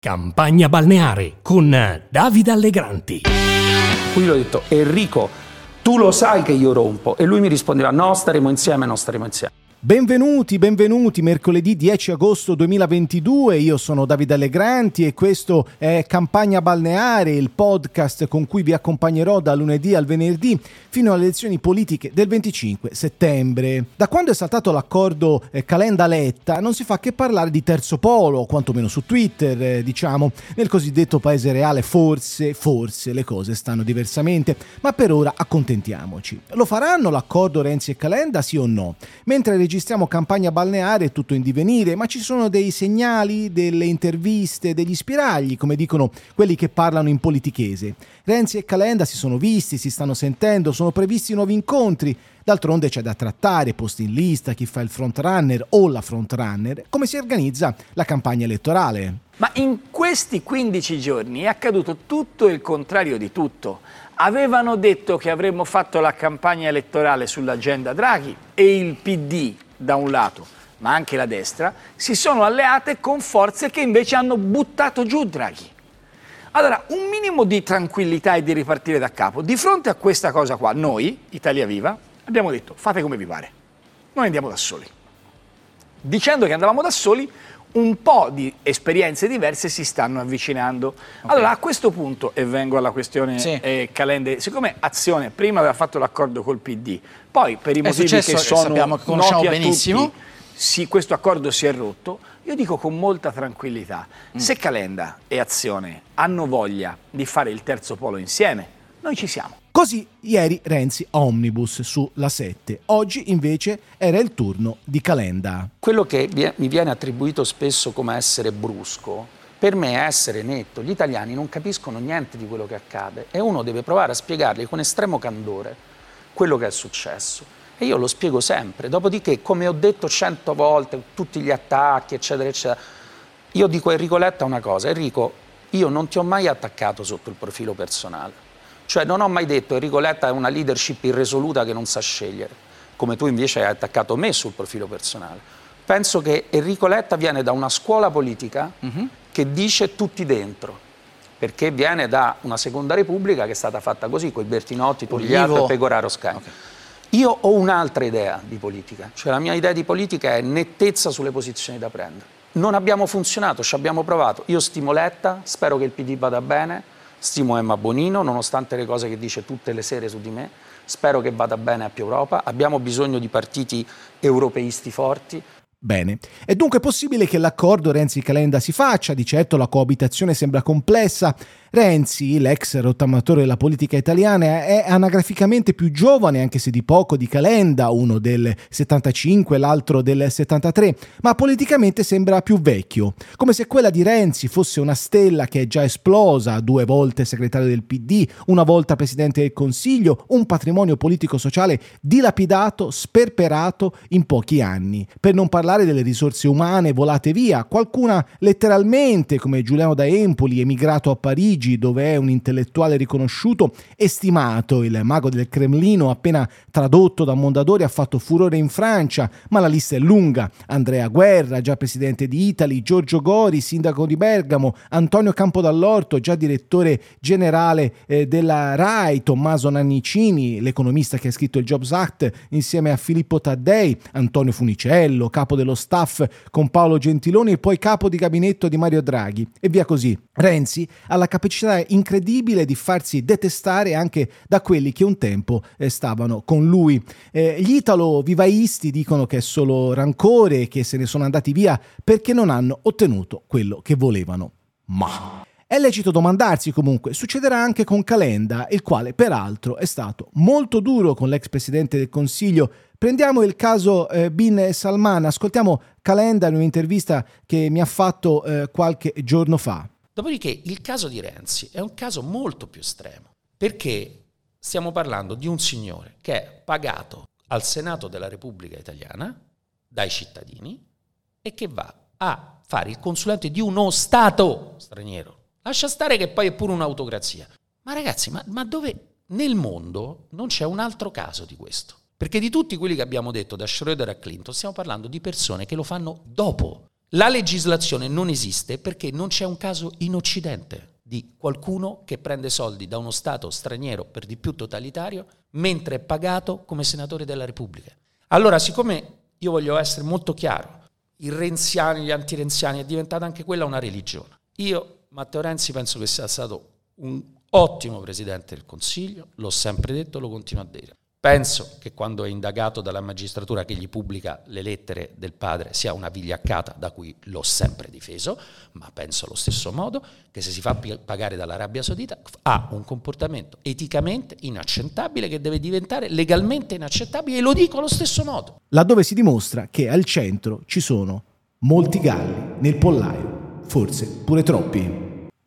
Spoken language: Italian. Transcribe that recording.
Campagna balneare con Davide Allegranti. Qui gli ho detto: Enrico, tu lo sai che io rompo? E lui mi rispondeva: no, staremo insieme. Benvenuti, mercoledì 10 agosto 2022, io sono Davide Allegranti e questo è Campagna Balneare, il podcast con cui vi accompagnerò da lunedì al venerdì fino alle elezioni politiche del 25 settembre. Da quando è saltato l'accordo Calenda-Letta non si fa che parlare di terzo polo, quantomeno su Twitter, nel cosiddetto paese reale forse le cose stanno diversamente, ma per ora accontentiamoci. Lo faranno l'accordo Renzi e Calenda, sì o no? Mentre registriamo Campagna Balneare è tutto in divenire, ma ci sono dei segnali, delle interviste, degli spiragli, come dicono quelli che parlano in politichese. Renzi e Calenda si sono visti, si stanno sentendo, sono previsti nuovi incontri. D'altronde c'è da trattare, posti in lista, chi fa il frontrunner o la frontrunner, come si organizza la campagna elettorale. Ma in questi 15 giorni è accaduto tutto il contrario di tutto. Avevano detto che avremmo fatto la campagna elettorale sull'agenda Draghi e il PD, da un lato, ma anche la destra, si sono alleate con forze che invece hanno buttato giù Draghi. Allora, un minimo di tranquillità e di ripartire da capo. Di fronte a questa cosa qua, noi, Italia Viva, abbiamo detto: fate come vi pare, noi andiamo da soli. Dicendo che andavamo da soli, un po' di esperienze diverse si stanno avvicinando. Okay. Allora, a questo punto, e vengo alla questione Calenda, siccome Azione prima aveva fatto l'accordo col PD, poi per i motivi che sono noti a benissimo, tutti, questo accordo si è rotto, io dico con molta tranquillità, se Calenda e Azione hanno voglia di fare il terzo polo insieme, noi ci siamo. Così ieri Renzi Omnibus sulla 7, oggi invece era il turno di Calenda. Quello che mi viene attribuito spesso come essere brusco, per me è essere netto. Gli italiani non capiscono niente di quello che accade e uno deve provare a spiegargli con estremo candore quello che è successo. E io lo spiego sempre, dopodiché, come ho detto 100 volte, tutti gli attacchi, eccetera, eccetera, io dico a Enrico Letta una cosa: Enrico, io non ti ho mai attaccato sotto il profilo personale. Cioè non ho mai detto Enrico Letta è una leadership irresoluta che non sa scegliere, come tu invece hai attaccato me sul profilo personale. Penso che Enrico Letta viene da una scuola politica che dice tutti dentro, perché viene da una seconda repubblica che è stata fatta così, con i Bertinotti, Togliatto e Pecoraro Scanio. Okay. Io ho un'altra idea di politica, cioè la mia idea di politica è nettezza sulle posizioni da prendere. Non abbiamo funzionato, ci abbiamo provato. Io stimo Letta, spero che il PD vada bene. Stimo Emma Bonino, nonostante le cose che dice tutte le sere su di me. Spero che vada bene a più Europa. Abbiamo bisogno di partiti europeisti forti. Bene, è dunque possibile che l'accordo Renzi-Calenda si faccia? Di certo la coabitazione sembra complessa. Renzi, l'ex rottamatore della politica italiana, è anagraficamente più giovane, anche se di poco, di Calenda, uno del 75, l'altro del 73, ma politicamente sembra più vecchio, come se quella di Renzi fosse una stella che è già esplosa, 2 volte segretario del PD, una volta presidente del Consiglio, un patrimonio politico-sociale dilapidato, sperperato in pochi anni. Per non parlare delle risorse umane volate via, qualcuna letteralmente, come Giuliano da Empoli, emigrato a Parigi, dove è un intellettuale riconosciuto e stimato. Il mago del Cremlino, appena tradotto da Mondadori, ha fatto furore in Francia, ma la lista è lunga. Andrea Guerra, già presidente di Italy, Giorgio Gori, sindaco di Bergamo, Antonio Campodall'Orto, già direttore generale della RAI, Tommaso Nannicini, l'economista che ha scritto il Jobs Act insieme a Filippo Taddei, Antonio Funicello, capo dello staff con Paolo Gentiloni e poi capo di gabinetto di Mario Draghi, e via così. Renzi ha la capacità incredibile di farsi detestare anche da quelli che un tempo stavano con lui. Gli italo-vivaisti dicono che è solo rancore, che se ne sono andati via perché non hanno ottenuto quello che volevano. Ma è lecito domandarsi comunque, succederà anche con Calenda, il quale peraltro è stato molto duro con l'ex presidente del Consiglio. Prendiamo il caso Bin Salman, ascoltiamo Calenda in un'intervista che mi ha fatto qualche giorno fa. Dopodiché il caso di Renzi è un caso molto più estremo, perché stiamo parlando di un signore che è pagato al Senato della Repubblica Italiana dai cittadini e che va a fare il consulente di uno Stato straniero. Lascia stare che poi è pure un'autocrazia. Ma ragazzi, ma dove nel mondo non c'è un altro caso di questo? Perché di tutti quelli che abbiamo detto, da Schroeder a Clinton, stiamo parlando di persone che lo fanno dopo La legislazione non esiste perché non c'è un caso in Occidente di qualcuno che prende soldi da uno Stato straniero, per di più totalitario, mentre è pagato come senatore della Repubblica. Allora, siccome io voglio essere molto chiaro, i renziani, gli antirenziani, è diventata anche quella una religione. Io, Matteo Renzi, penso che sia stato un ottimo Presidente del Consiglio, l'ho sempre detto, lo continuo a dire. Penso che quando è indagato dalla magistratura che gli pubblica le lettere del padre sia una vigliaccata da cui l'ho sempre difeso, ma penso allo stesso modo che se si fa pagare dall'Arabia Saudita ha un comportamento eticamente inaccettabile che deve diventare legalmente inaccettabile, e lo dico allo stesso modo. Laddove si dimostra che al centro ci sono molti galli nel pollaio, forse pure troppi.